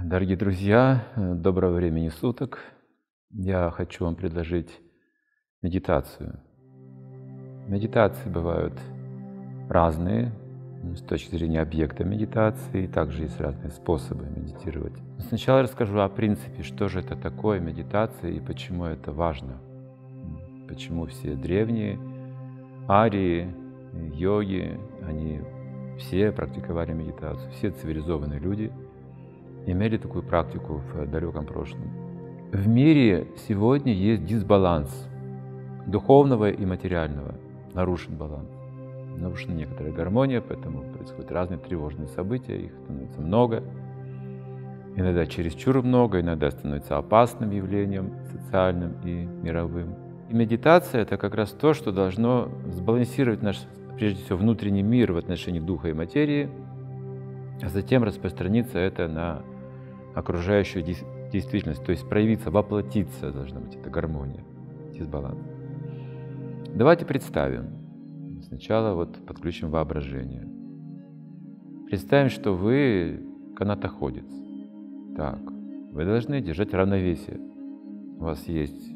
Дорогие друзья, доброго времени суток. Я хочу вам предложить медитацию. Медитации бывают разные с точки зрения объекта медитации, также есть разные способы медитировать. Но сначала я расскажу о принципе, что же это такое медитация и почему это важно. Почему все древние арии, йоги, они все практиковали медитацию, все цивилизованные люди имели такую практику в далеком прошлом. В мире сегодня есть дисбаланс духовного и материального. Нарушен баланс. Нарушена некоторая гармония, поэтому происходят разные тревожные события, их становится много. Иногда чересчур много, иногда становится опасным явлением социальным и мировым. И медитация — это как раз то, что должно сбалансировать наш, прежде всего, внутренний мир в отношении духа и материи, а затем распространиться это на окружающую действительность, то есть проявиться, воплотиться должна быть эта гармония, дисбаланс. Давайте представим. Сначала подключим воображение. Представим, что вы канатоходец. Так, вы должны держать равновесие. У вас есть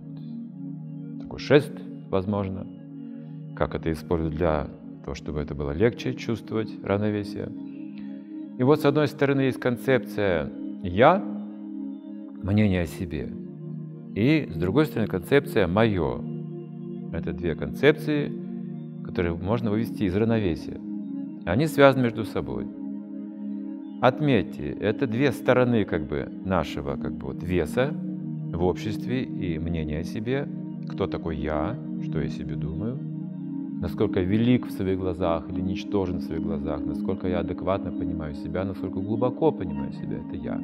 такой шест, возможно. Как это использовать для того, чтобы это было легче чувствовать равновесие. И с одной стороны есть концепция «я», мнение о себе, и с другой стороны концепция «моё». Это две концепции, которые можно вывести из равновесия. Они связаны между собой. Отметьте, это две стороны нашего веса в обществе и мнения о себе. Кто такой я, что я себе думаю, насколько я велик в своих глазах или ничтожен в своих глазах, насколько я адекватно понимаю себя, насколько глубоко понимаю себя, это я.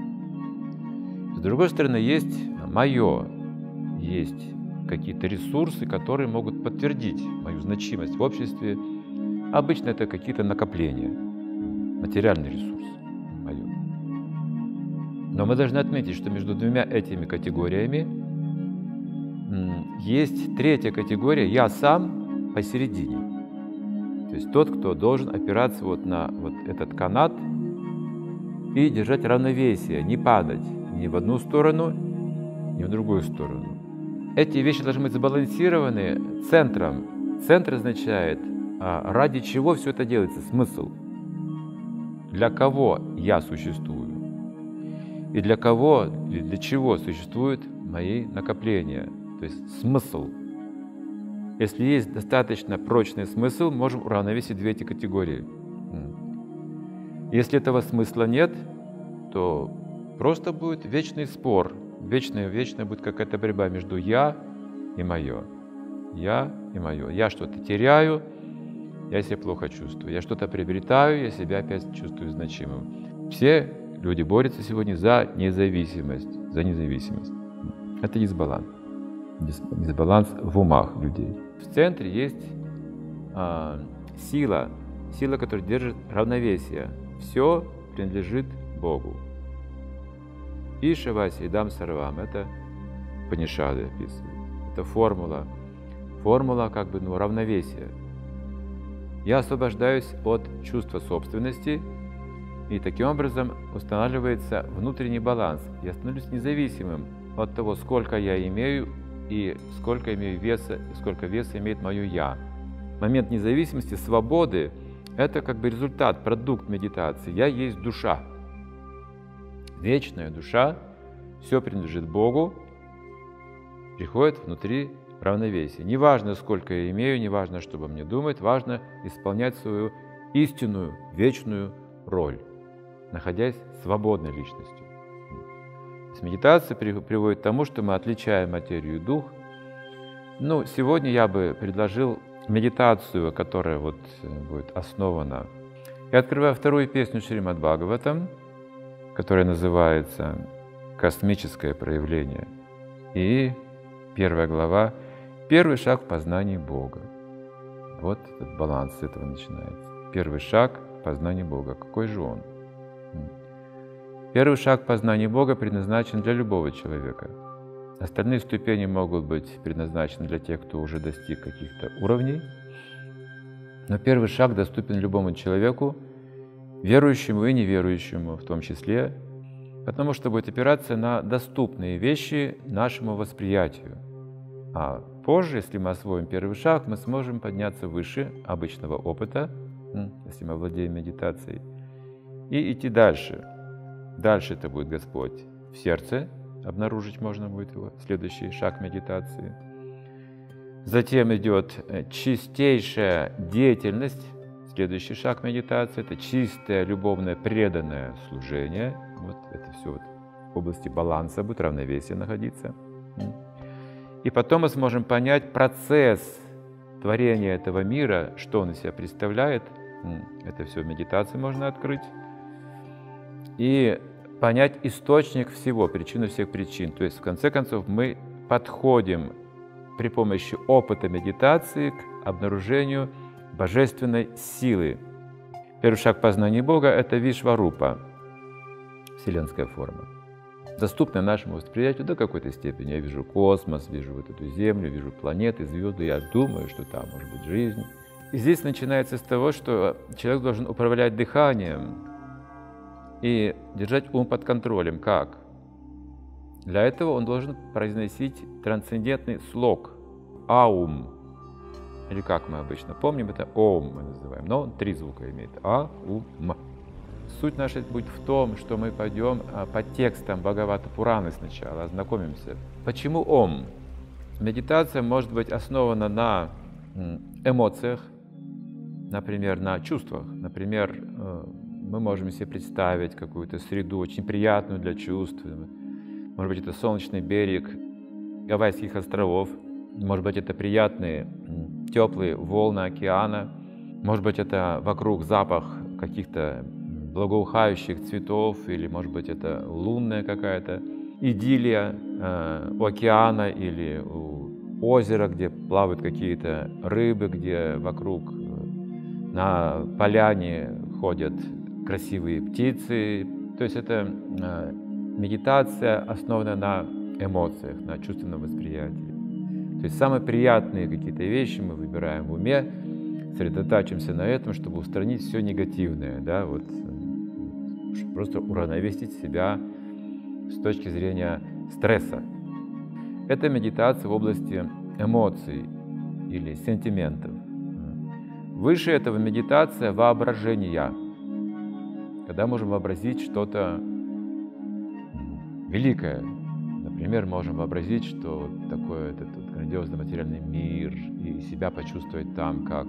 С другой стороны, есть мое, есть какие-то ресурсы, которые могут подтвердить мою значимость в обществе. Обычно это какие-то накопления, материальный ресурс мое. Но мы должны отметить, что между двумя этими категориями есть третья категория «я сам» посередине. То есть тот, кто должен опираться на этот канат и держать равновесие, не падать ни в одну сторону, ни в другую сторону. Эти вещи должны быть сбалансированы центром. Центр означает, ради чего все это делается, смысл. Для кого я существую? И для кого, или для чего существуют мои накопления? То есть смысл. Если есть достаточно прочный смысл, можем уравновесить две эти категории. Если этого смысла нет, то просто будет вечный спор. Вечная будет какая-то борьба между «я» и «моё». «Я» и «моё». Я что-то теряю, я себя плохо чувствую. Я что-то приобретаю, я себя опять чувствую значимым. Все люди борются сегодня за независимость. Это дисбаланс. Дисбаланс в умах людей. В центре есть сила, которая держит равновесие. Все принадлежит Богу. Ишаваси идам сарвам. Это Панишады описывают. Это формула равновесия. Я освобождаюсь от чувства собственности, и таким образом устанавливается внутренний баланс. Я становлюсь независимым от того, сколько я имею и сколько имею веса, и сколько веса имеет мое «я». Момент независимости, свободы — это результат, продукт медитации. Я есть душа. Вечная душа, все принадлежит Богу, приходит внутри равновесия. Не важно, сколько я имею, не важно, что обо мне думают, важно исполнять свою истинную, вечную роль, находясь свободной личностью. Медитация приводит к тому, что мы отличаем материю и дух. Сегодня я бы предложил медитацию, которая будет основана. Я открываю вторую песню Шримад Бхагаватам, которая называется «Космическое проявление». И первая глава «Первый шаг в познании Бога». Вот этот баланс с этого начинается. Первый шаг в познании Бога. Какой же он? Первый шаг в познании Бога предназначен для любого человека. Остальные ступени могут быть предназначены для тех, кто уже достиг каких-то уровней. Но первый шаг доступен любому человеку, верующему и неверующему в том числе. потому что будет опираться на доступные вещи нашему восприятию. А позже, если мы освоим первый шаг, мы сможем подняться выше обычного опыта, если мы владеем медитацией, и идти дальше. Дальше это будет Господь в сердце, обнаружить можно будет его, следующий шаг медитации. Затем идет чистейшая деятельность, следующий шаг медитации, это чистое, любовное, преданное служение. Вот это все вот в области баланса будет, равновесия находиться. И потом мы сможем понять процесс творения этого мира, что он из себя представляет. Это все в медитации можно открыть. И понять источник всего, причину всех причин. То есть, в конце концов, мы подходим при помощи опыта медитации к обнаружению божественной силы. Первый шаг познания Бога – это Вишварупа, вселенская форма, доступная нашему восприятию до какой-то степени. Я вижу космос, вижу вот эту Землю, вижу планеты, звезды, я думаю, что там может быть жизнь. И здесь начинается с того, что человек должен управлять дыханием и держать ум под контролем. Как? Для этого он должен произносить трансцендентный слог «Аум». Или как мы обычно помним, это «Ом» мы называем, но он 3 звука имеет – «А», «У», «М». Суть наша будет в том, что мы пойдем по текстам Бхагавата Пураны сначала, ознакомимся. Почему «Ом»? Медитация может быть основана на эмоциях, например, на чувствах. Например, мы можем себе представить какую-то среду, очень приятную для чувств. Может быть, это солнечный берег Гавайских островов. Может быть, это приятные, теплые волны океана. Может быть, это вокруг запах каких-то благоухающих цветов. Или, может быть, это лунная какая-то идиллия у океана или у озера, где плавают какие-то рыбы, где вокруг на поляне ходят красивые птицы. То есть это медитация основана на эмоциях, на чувственном восприятии. То есть самые приятные какие-то вещи мы выбираем в уме, сосредотачиваемся на этом, чтобы устранить все негативное, да, вот, просто уравновесить себя с точки зрения стресса. Это медитация в области эмоций или сентиментов. Выше этого медитация воображения, когда можем вообразить что-то великое. Например, можем вообразить, что такое этот грандиозный материальный мир, и себя почувствовать там, как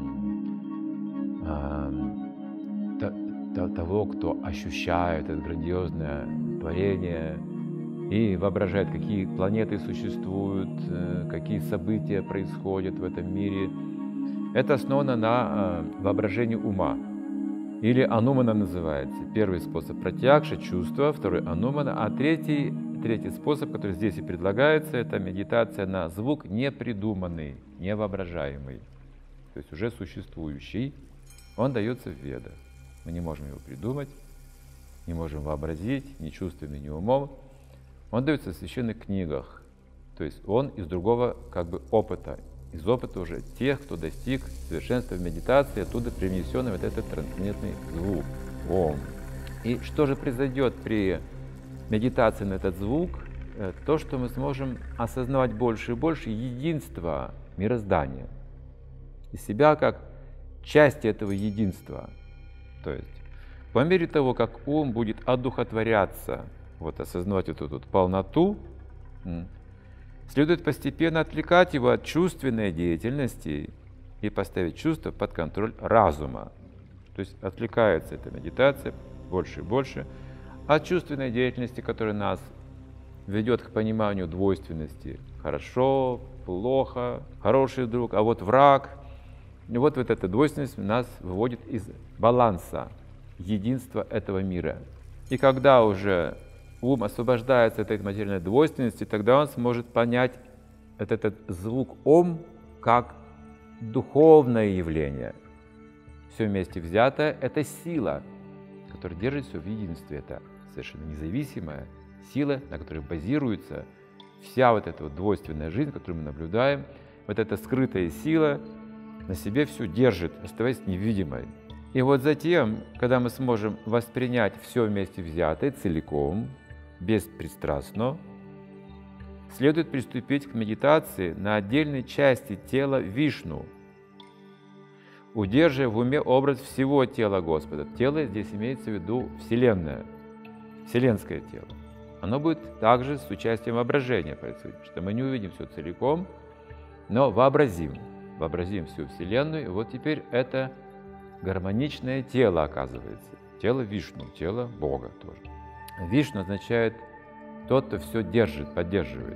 того, кто ощущает это грандиозное творение, и воображает, какие планеты существуют, какие события происходят в этом мире. Это основано на воображении ума. Или анумана называется. Первый способ пратьякша, чувство, второй анумана, а третий способ, который здесь и предлагается, это медитация на звук непридуманный, невоображаемый, то есть уже существующий. Он дается в ведах. Мы не можем его придумать, не можем вообразить ни чувствами, ни умом. Он дается в священных книгах, то есть он из другого опыта, из опыта уже тех, кто достиг совершенства в медитации, оттуда привнесенный вот этот трансцендентный звук Ом. И что же произойдет при медитации на этот звук? То, что мы сможем осознавать больше и больше единство мироздания, и себя как части этого единства. То есть по мере того, как ум будет одухотворяться, вот осознавать эту полноту, следует постепенно отвлекать его от чувственной деятельности и поставить чувство под контроль разума. То есть отвлекается эта медитация больше и больше от чувственной деятельности, которая нас ведет к пониманию двойственности. Хорошо, плохо, хороший друг, а вот враг. И вот эта двойственность нас выводит из баланса, единства этого мира. И когда уже ум освобождается от этой материальной двойственности, тогда он сможет понять этот звук Ом как духовное явление. Все вместе взятое – это сила, которая держит все в единстве. Это совершенно независимая сила, на которой базируется вся вот эта вот двойственная жизнь, которую мы наблюдаем. Вот эта скрытая сила на себе все держит, оставаясь невидимой. И вот затем, когда мы сможем воспринять все вместе взятое, целиком, беспристрастно, следует приступить к медитации на отдельной части тела Вишну, удерживая в уме образ всего тела Господа. Тело здесь имеется в виду Вселенная, вселенское тело. Оно будет также с участием воображения происходить, что мы не увидим все целиком, но вообразим всю Вселенную. И вот теперь это гармоничное тело оказывается, тело Вишну, тело Бога тоже. Вишну означает тот, кто все держит, поддерживает.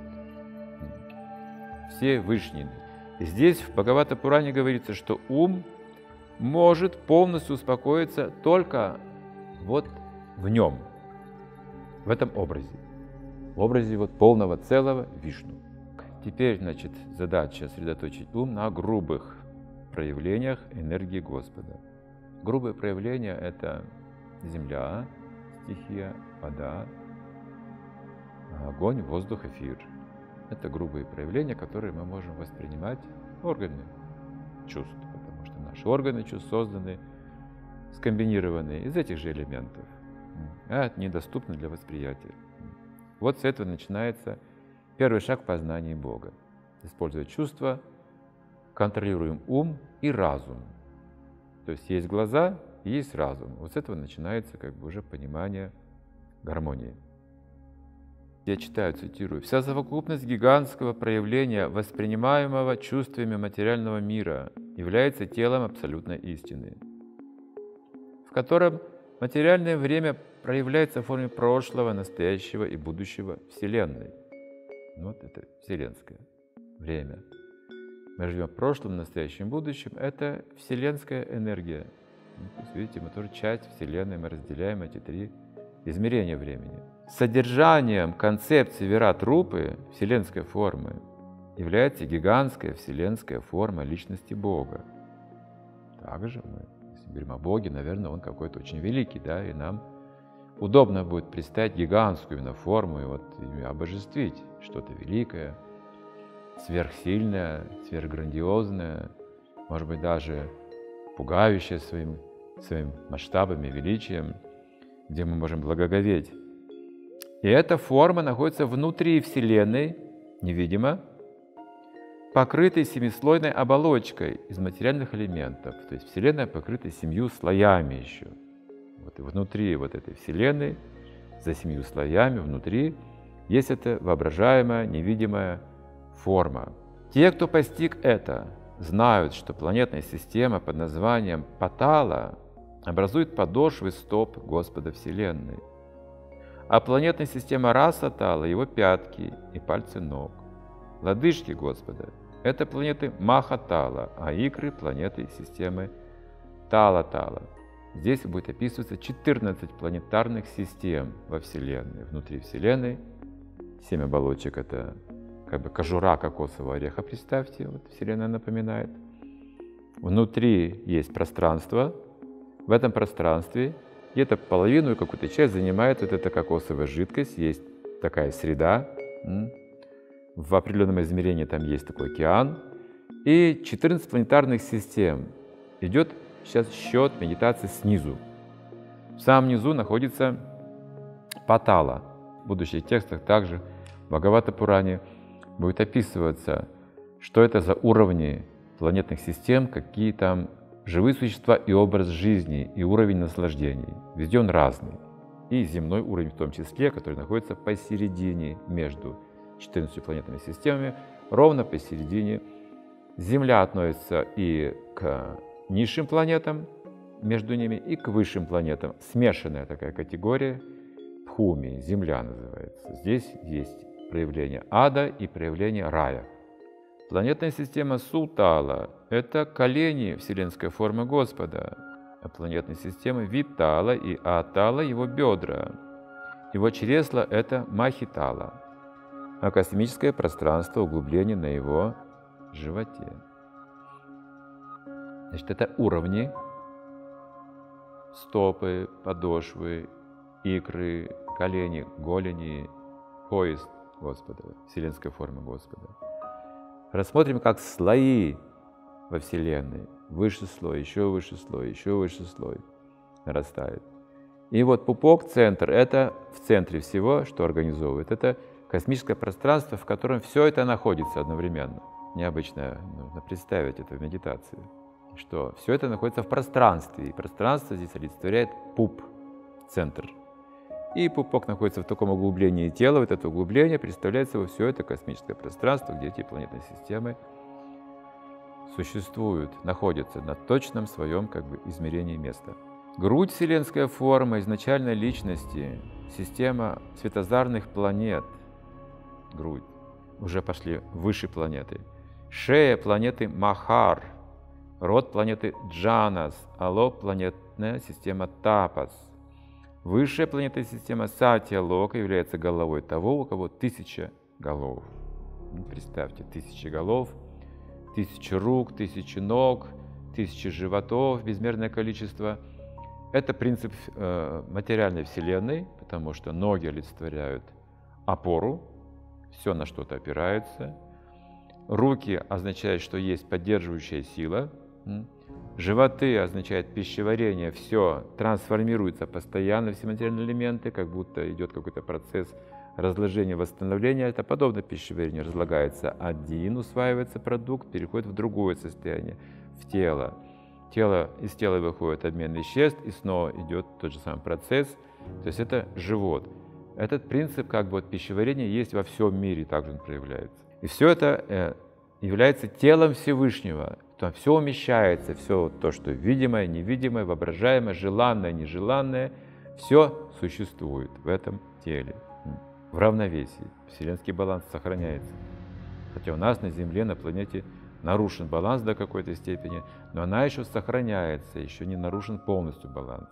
Все Вышние. И здесь в Бхагавата-пуране говорится, что ум может полностью успокоиться только вот в нем, в этом образе, в образе вот полного целого Вишну. Теперь, значит, задача сосредоточить ум на грубых проявлениях энергии Господа. Грубые проявления – это земля, стихия, вода, огонь, воздух, эфир. Это грубые проявления, которые мы можем воспринимать органами чувств, потому что наши органы чувств созданы, скомбинированы из этих же элементов, а недоступны для восприятия. Вот с этого начинается первый шаг в познании Бога. Используя чувства, контролируем ум и разум. То есть глаза, есть разум. Вот с этого начинается как бы уже понимание гармонии. Я читаю, цитирую: «Вся совокупность гигантского проявления, воспринимаемого чувствами материального мира, является телом абсолютной истины, в котором материальное время проявляется в форме прошлого, настоящего и будущего Вселенной». Вот это вселенское время. Мы живем в прошлом, настоящем, будущем. Это вселенская энергия. То есть, видите, мы тоже часть Вселенной, мы разделяем эти три измерения времени. Содержанием концепции Вират-рупы, вселенской формы, является гигантская вселенская форма личности Бога. Также мы, если говорим о Боге, наверное, Он какой-то очень великий, да, и нам удобно будет представить гигантскую именно форму и вот обожествить что-то великое, сверхсильное, сверхграндиозное, может быть, даже пугающее своим масштабами, величием, где мы можем благоговеть. И эта форма находится внутри Вселенной, невидимо, покрытой семислойной оболочкой из материальных элементов. То есть Вселенная покрыта 7 слоями еще. Вот и внутри вот этой Вселенной, за 7 слоями, внутри, есть эта воображаемая, невидимая форма. Те, кто постиг это, знают, что планетная система под названием Патала образует подошвы стоп Господа Вселенной, а планетная система Расатала — его пятки и пальцы ног. Лодыжки Господа — это планеты Махатала, а икры — планеты системы Тала-Тала. Здесь будет описываться 14 планетарных систем во Вселенной. Внутри Вселенной 7 оболочек — это как бы кожура кокосового ореха, представьте, вот Вселенная напоминает. Внутри есть пространство, в этом пространстве где-то половину и какую-то часть занимает вот эта кокосовая жидкость, есть такая среда, в определенном измерении там есть такой океан, и 14 планетарных систем. Идет сейчас счет медитации снизу. В самом низу находится Патала. В будущих текстах также в Бхагавата-пуране будет описываться, что это за уровни планетных систем, какие там живые существа и образ жизни, и уровень наслаждений. Везде он разный. И земной уровень в том числе, который находится посередине между 14 планетными системами, ровно посередине. Земля относится и к низшим планетам, между ними, и к высшим планетам. Смешанная такая категория, Бхуми, земля называется. Здесь есть проявление ада и проявление рая. Планетная система Сутала — это колени вселенской формы Господа, а планетная система Витала и Атала — его бедра. Его чресла — это Махитала, а космическое пространство — углубление на его животе. Значит, это уровни: стопы, подошвы, икры, колени, голени, пояс Господа, вселенской формы Господа. Рассмотрим как слои во Вселенной. выше слой, еще выше слой, еще выше слой нарастает. И вот пупок, центр, это в центре всего, что организовывает, это космическое пространство, в котором все это находится одновременно. Необычно нужно представить это в медитации, что все это находится в пространстве, и пространство здесь олицетворяет пуп, центр. И пупок находится в таком углублении тела, вот это углубление представляет собой все это космическое пространство, где эти планетные системы существуют, находятся на точном своем измерении места. Грудь — вселенская форма изначальной личности, система светозарных планет. Грудь. Уже пошли выше планеты. Шея планеты Махар, род планеты Джанас, а лоб — планетная система Тапас. Высшая планетная система Сатья-Лока является головой того, у кого 1000 голов. Представьте, 1000 голов, 1000 рук, 1000 ног, 1000 животов, безмерное количество. Это принцип материальной Вселенной, потому что ноги олицетворяют опору, все на что-то опирается. Руки означают, что есть поддерживающая сила. Животы означают пищеварение, все трансформируется постоянно, все материальные элементы, как будто идет какой-то процесс разложения, восстановления. Это подобно пищеварению. Разлагается один, усваивается продукт, переходит в другое состояние, в тело. Из тела выходит обмен веществ, и снова идет тот же самый процесс. То есть это живот. Этот принцип пищеварения есть во всем мире, также он проявляется. И все это является телом Всевышнего. Там все умещается, все то, что видимое, невидимое, воображаемое, желанное, нежеланное, все существует в этом теле, в равновесии. Вселенский баланс сохраняется. Хотя у нас на Земле, на планете нарушен баланс до какой-то степени, но она еще сохраняется, еще не нарушен полностью баланс.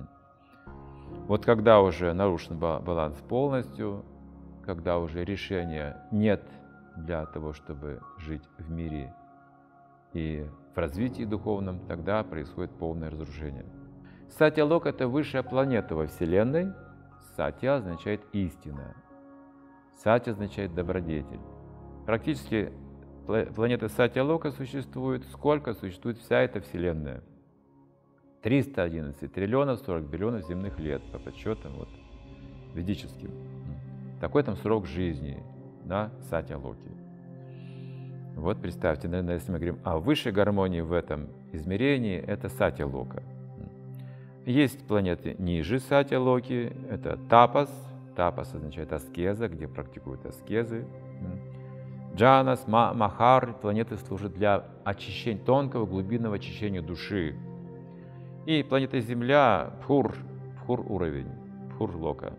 Вот когда уже нарушен баланс полностью, когда уже решения нет для того, чтобы жить в мире и в развитии духовном, тогда происходит полное разрушение. Сатья-Лок — это высшая планета во Вселенной. Сатья означает истина. Сатья означает добродетель. Практически планета Сатья-Лока существует, сколько существует вся эта Вселенная. 311 триллионов 40 биллионов земных лет, по подсчетам ведическим. Такой там срок жизни на Сатья-Локе. Вот представьте, наверное, если мы говорим о высшей гармонии в этом измерении, это Сатья-Лока. Есть планеты ниже Сатья-Локи, это Тапас. Тапас означает аскеза, где практикуют аскезы. Джанас, Махар, планеты служат для очищения, тонкого глубинного очищения души. И планета Земля, Пхур уровень, Пхур-Лока.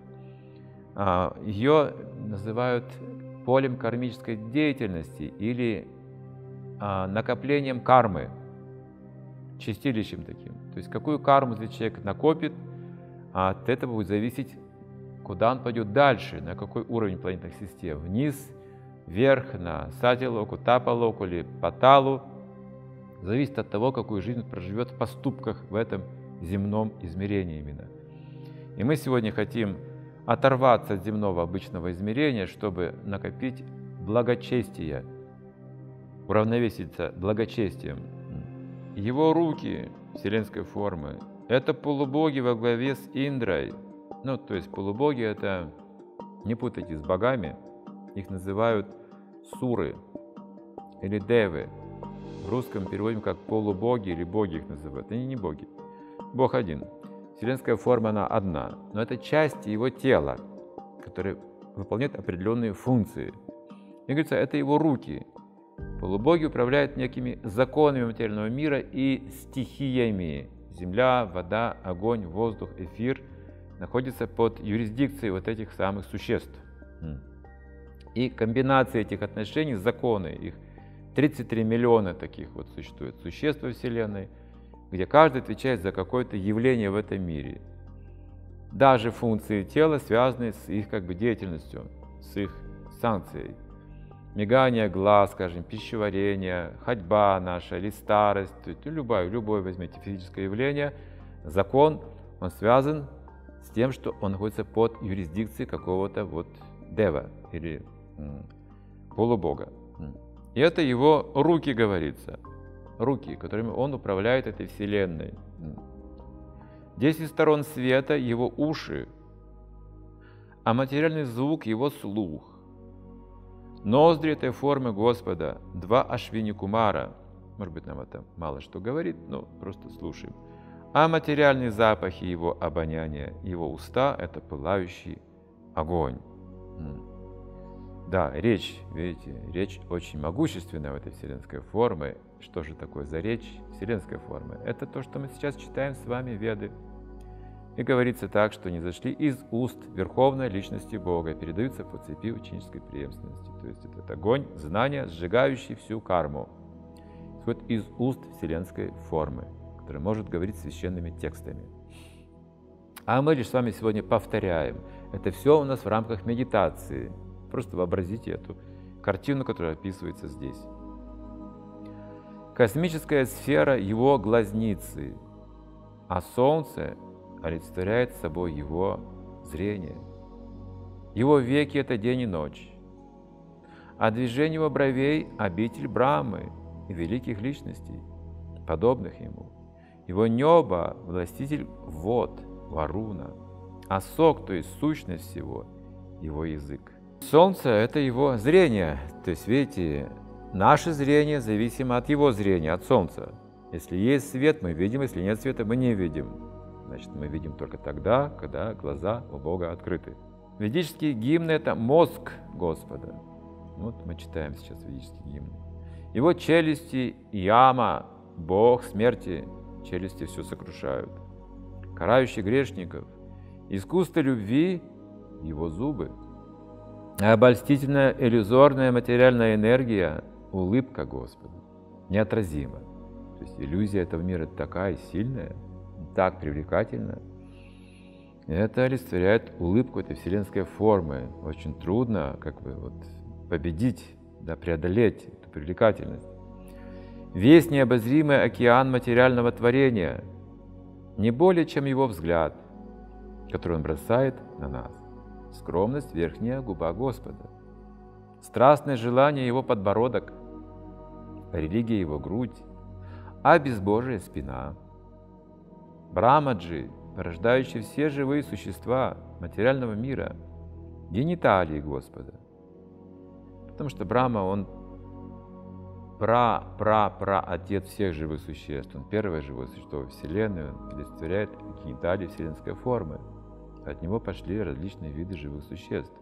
Ее называют полем кармической деятельности или накоплением кармы, чистилищем таким. То есть какую карму здесь человек накопит, от этого будет зависеть, куда он пойдет дальше, на какой уровень планетных систем. Вниз, вверх, на Сатья-Локу, Тапа-Локу или Паталу. Зависит от того, какую жизнь он проживет в поступках в этом земном измерении именно. И мы сегодня хотим оторваться от земного обычного измерения, чтобы накопить благочестие, уравновеситься благочестием. Его руки вселенской формы — это полубоги во главе с Индрой. То есть полубоги — это, не путайте с богами, их называют суры или девы. В русском переводим как полубоги или боги их называют. Они не боги. Бог один. Вселенская форма, она одна. Но это части его тела, которые выполняют определенные функции. И говорится, это его руки. Полубоги управляют некими законами материального мира и стихиями. Земля, вода, огонь, воздух, эфир находятся под юрисдикцией этих самых существ. И комбинация этих отношений, законы, их 33 миллиона таких существует существ во Вселенной, где каждый отвечает за какое-то явление в этом мире. Даже функции тела связаны с их деятельностью, с их санкцией. Мигание глаз, скажем, пищеварение, ходьба наша или старость, любое возьмите физическое явление, закон, он связан с тем, что он находится под юрисдикцией какого-то дева или полубога. И это его руки, говорится. руки, которыми Он управляет этой вселенной. 10 сторон света — Его уши, а материальный звук — Его слух. Ноздри этой формы Господа — 2 Ашвини Кумара. Может быть, нам это мало что говорит, но просто слушаем. А материальные запахи Его обоняния, Его уста — это пылающий огонь. Да, речь, видите, речь очень могущественная в этой вселенской форме. Что же такое за речь вселенской формы? Это то, что мы сейчас читаем с вами Веды. И говорится так, что не зашли из уст Верховной Личности Бога, передаются по цепи ученической преемственности. То есть это огонь, знания, сжигающий всю карму. Исходит из уст вселенской формы, которая может говорить священными текстами. А мы лишь с вами сегодня повторяем. Это все у нас в рамках медитации. Просто вообразите эту картину, которая описывается здесь. Космическая сфера Его глазницы, а Солнце олицетворяет собой Его зрение. Его веки — это день и ночь, а движение Его бровей — обитель Брамы и великих личностей, подобных Ему. Его небо — властитель вод, Варуна, а сок, то есть сущность всего, Его язык. Солнце — это Его зрение, то есть, видите, наше зрение зависимо от Его зрения, от Солнца. Если есть свет, мы видим, если нет света, мы не видим. Значит, мы видим только тогда, когда глаза у Бога открыты. Ведические гимны — это мозг Господа. Вот мы читаем сейчас ведические гимны. Его челюсти — Яма, Бог смерти, челюсти все сокрушают. Карающий грешников, искусство любви — Его зубы. Обольстительная, иллюзорная материальная энергия — улыбка Господа, неотразима. То есть иллюзия этого мира такая сильная, так привлекательна. Это олицетворяет улыбку этой вселенской формы. Очень трудно победить, преодолеть эту привлекательность. Весь необозримый океан материального творения не более, чем Его взгляд, который Он бросает на нас. Скромность — верхняя губа Господа. Страстное желание — Его подбородок, религия — Его грудь, а безбожие — спина. Брамаджи, порождающий все живые существа материального мира, гениталии Господа. Потому что Брахма, он отец всех живых существ. Он первое живое существо Вселенной, он олицетворяет гениталии вселенской формы. От него пошли различные виды живых существ.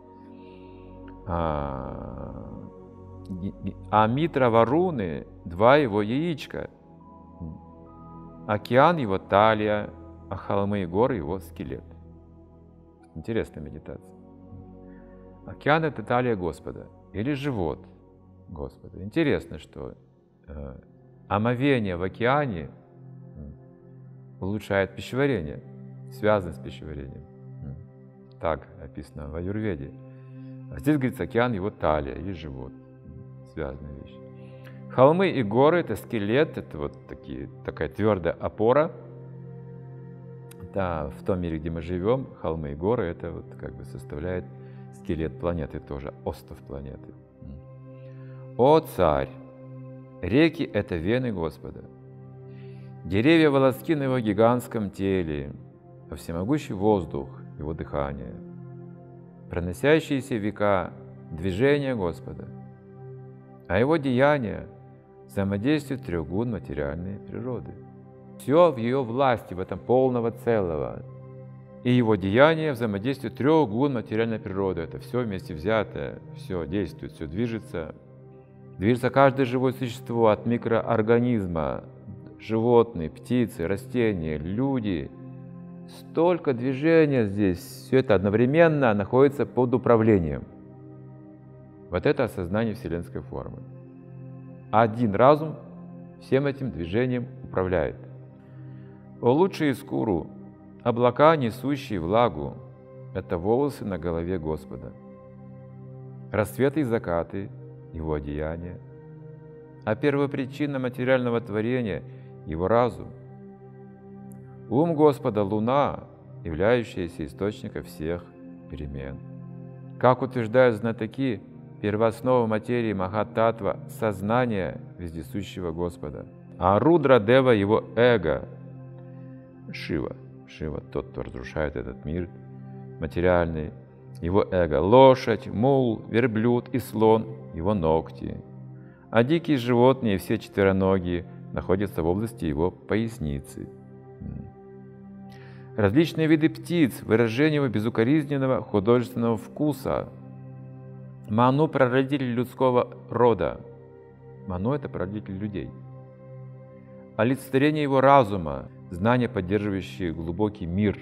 А Митра Варуны — 2 Его яичка. Океан — Его талия, а холмы и горы — Его скелет. Интересная медитация. Океан — это талия Господа или живот Господа. Интересно, что омовение в океане улучшает пищеварение, связано с пищеварением. Так описано в Аюрведе. А здесь говорится, океан — Его талия или живот. Связанная вещь. Холмы и горы — это скелет, это такая твердая опора. Да, в том мире, где мы живем, холмы и горы — это составляет скелет планеты, тоже остов планеты. О царь! Реки — это вены Господа. Деревья — волоски на Его гигантском теле, а всемогущий воздух — Его дыхание. Проносящиеся века — движение Господа, а Его деяния — взаимодействие 3 гун материальной природы. Все в Ее власти, в этом полного целого. И Его деяния — взаимодействие 3 гун материальной природы. Это все вместе взятое, все действует, все движется. Движется каждое живое существо, от микроорганизма, животные, птицы, растения, люди. Столько движения здесь, все это одновременно находится под управлением. Вот это осознание вселенской формы. Один разум всем этим движением управляет. О лучшие скуру, облака, несущие влагу, это волосы на голове Господа. Рассветы и закаты — Его одеяния. А первопричина материального творения — Его разум. Ум Господа — луна, являющаяся источником всех перемен. Как утверждают знатоки, первооснова материи Махататва — сознание вездесущего Господа. а Рудра Дева – его эго. Шива. Шива – тот, кто разрушает этот мир материальный. Его эго – лошадь, мул, верблюд и слон – его ногти. А дикие животные, все четвероногие, находятся в области его поясницы. Различные виды птиц, выражение его безукоризненного художественного вкуса. Ману – прародитель людского рода. Ману – это прародитель людей. Олицетворение его разума, знания, поддерживающие глубокий мир.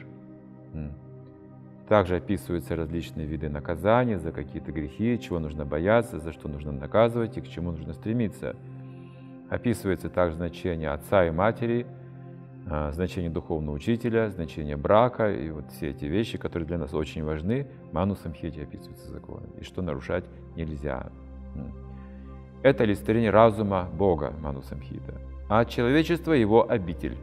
Также описываются различные виды наказаний за какие-то грехи, чего нужно бояться, за что нужно наказывать и к чему нужно стремиться. Описывается также значение отца и матери, значение духовного учителя, значение брака и вот все эти вещи, которые для нас очень важны. Ману Самхите описываются законы, и что нарушать нельзя. Это олицетворение разума Бога, Ману Самхита, а человечество – его обитель.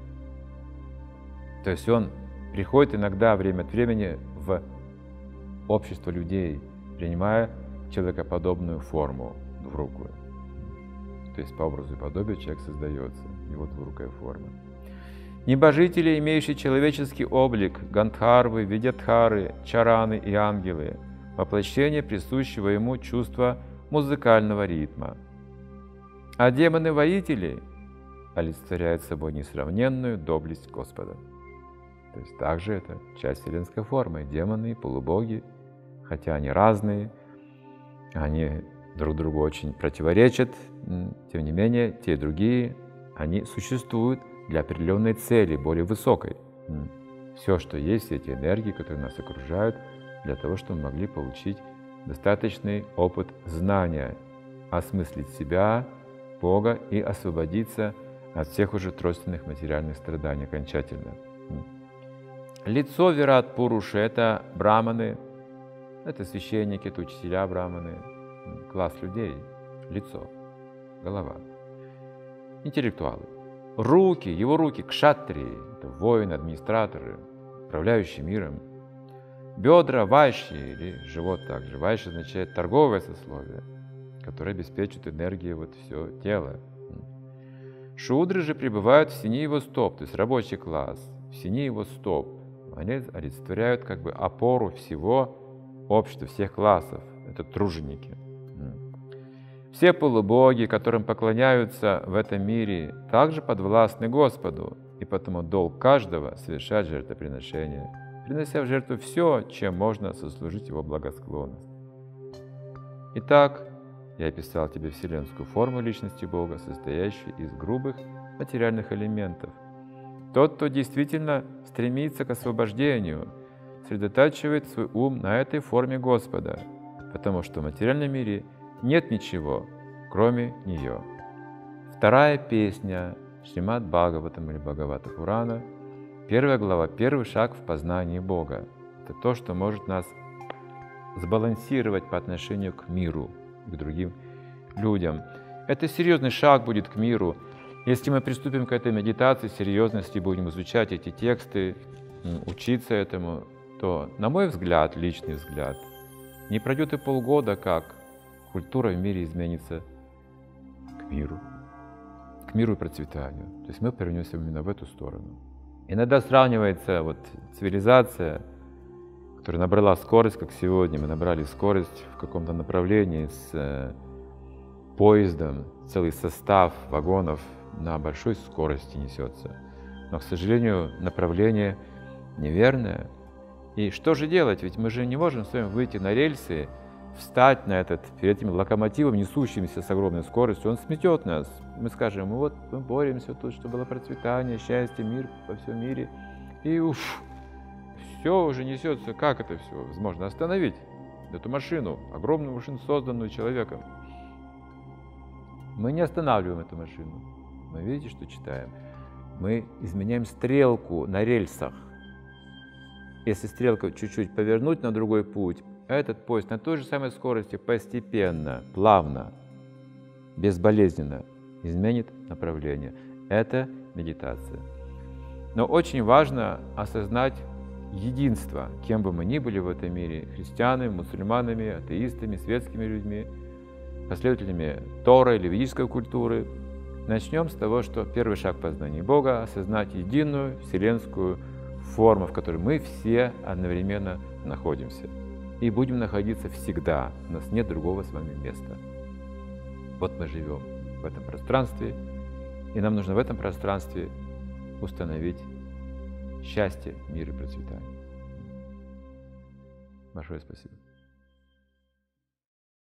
То есть он приходит иногда время от времени в общество людей, принимая человекоподобную форму двурукую. То есть по образу и подобию человек создается, его двурукая форма. Небожители, имеющие человеческий облик, гандхарвы, видятхары, чараны и ангелы, воплощение присущего ему чувства музыкального ритма. А демоны-воители олицетворяют собой несравненную доблесть Господа. То есть также это часть вселенской формы. Демоны, полубоги, хотя они разные, они друг другу очень противоречат, тем не менее, те и другие, они существуют для определенной цели, более высокой. Все, что есть, все эти энергии, которые нас окружают, для того, чтобы мы могли получить достаточный опыт знания, осмыслить себя, Бога и освободиться от всех уже тройственных материальных страданий окончательно. Лицо Вират Пуруши – это браманы, это священники, это учителя браманы, класс людей, лицо, голова. Интеллектуалы. Руки, его руки – кшатрии, это воины, администраторы, управляющие миром. Бедра – вайши, или живот также. Вайши означает торговое сословие, которое обеспечивает энергией вот все тело. Шудры же пребывают в сине его стоп, то есть рабочий класс, в сине его стоп. Они олицетворяют как бы опору всего общества, всех классов. Это труженики. Все полубоги, которым поклоняются в этом мире, также подвластны Господу, и потому долг каждого — совершать жертвоприношение, принося в жертву все, чем можно сослужить его благосклонность. Итак, я описал тебе вселенскую форму личности Бога, состоящую из грубых материальных элементов. Тот, кто действительно стремится к освобождению, сосредотачивает свой ум на этой форме Господа, потому что в материальном мире нет ничего, кроме нее. Вторая песня Шримад Бхагаватам или Бхагавата Пурана, 1 глава, первый шаг в познании Бога. Это то, что может нас сбалансировать по отношению к миру, к другим людям. Это серьезный шаг будет к миру. Если мы приступим к этой медитации, серьезности, будем изучать эти тексты, учиться этому, то, на мой взгляд, личный взгляд, не пройдет и полгода, как культура в мире изменится к миру и процветанию. То есть мы повернемся именно в эту сторону. Иногда сравнивается вот цивилизация, которая набрала скорость, как сегодня мы набрали скорость в каком-то направлении с поездом, целый состав вагонов на большой скорости несется. Но, к сожалению, направление неверное. И что же делать? Ведь мы же не можем с вами выйти на рельсы, встать на этот, перед этим локомотивом, несущимся с огромной скоростью, он сметет нас. Мы скажем, вот мы боремся тут, чтобы было процветание, счастье, мир во всем мире. И все уже несется. Как это все возможно остановить? Эту машину, огромную машину, созданную человеком. Мы не останавливаем эту машину. Мы видите, что читаем? Мы изменяем стрелку на рельсах. Если стрелку чуть-чуть повернуть на другой путь, этот поезд на той же самой скорости постепенно, плавно, безболезненно изменит направление. Это медитация. Но очень важно осознать единство, кем бы мы ни были в этом мире, христианами, мусульманами, атеистами, светскими людьми, последователями Торы или ведической культуры. Начнем с того, что первый шаг познания Бога — осознать единую вселенскую форму, в которой мы все одновременно находимся. И будем находиться всегда. У нас нет другого с вами места. Вот мы живем в этом пространстве, и нам нужно в этом пространстве установить счастье, мир и процветание. Большое спасибо.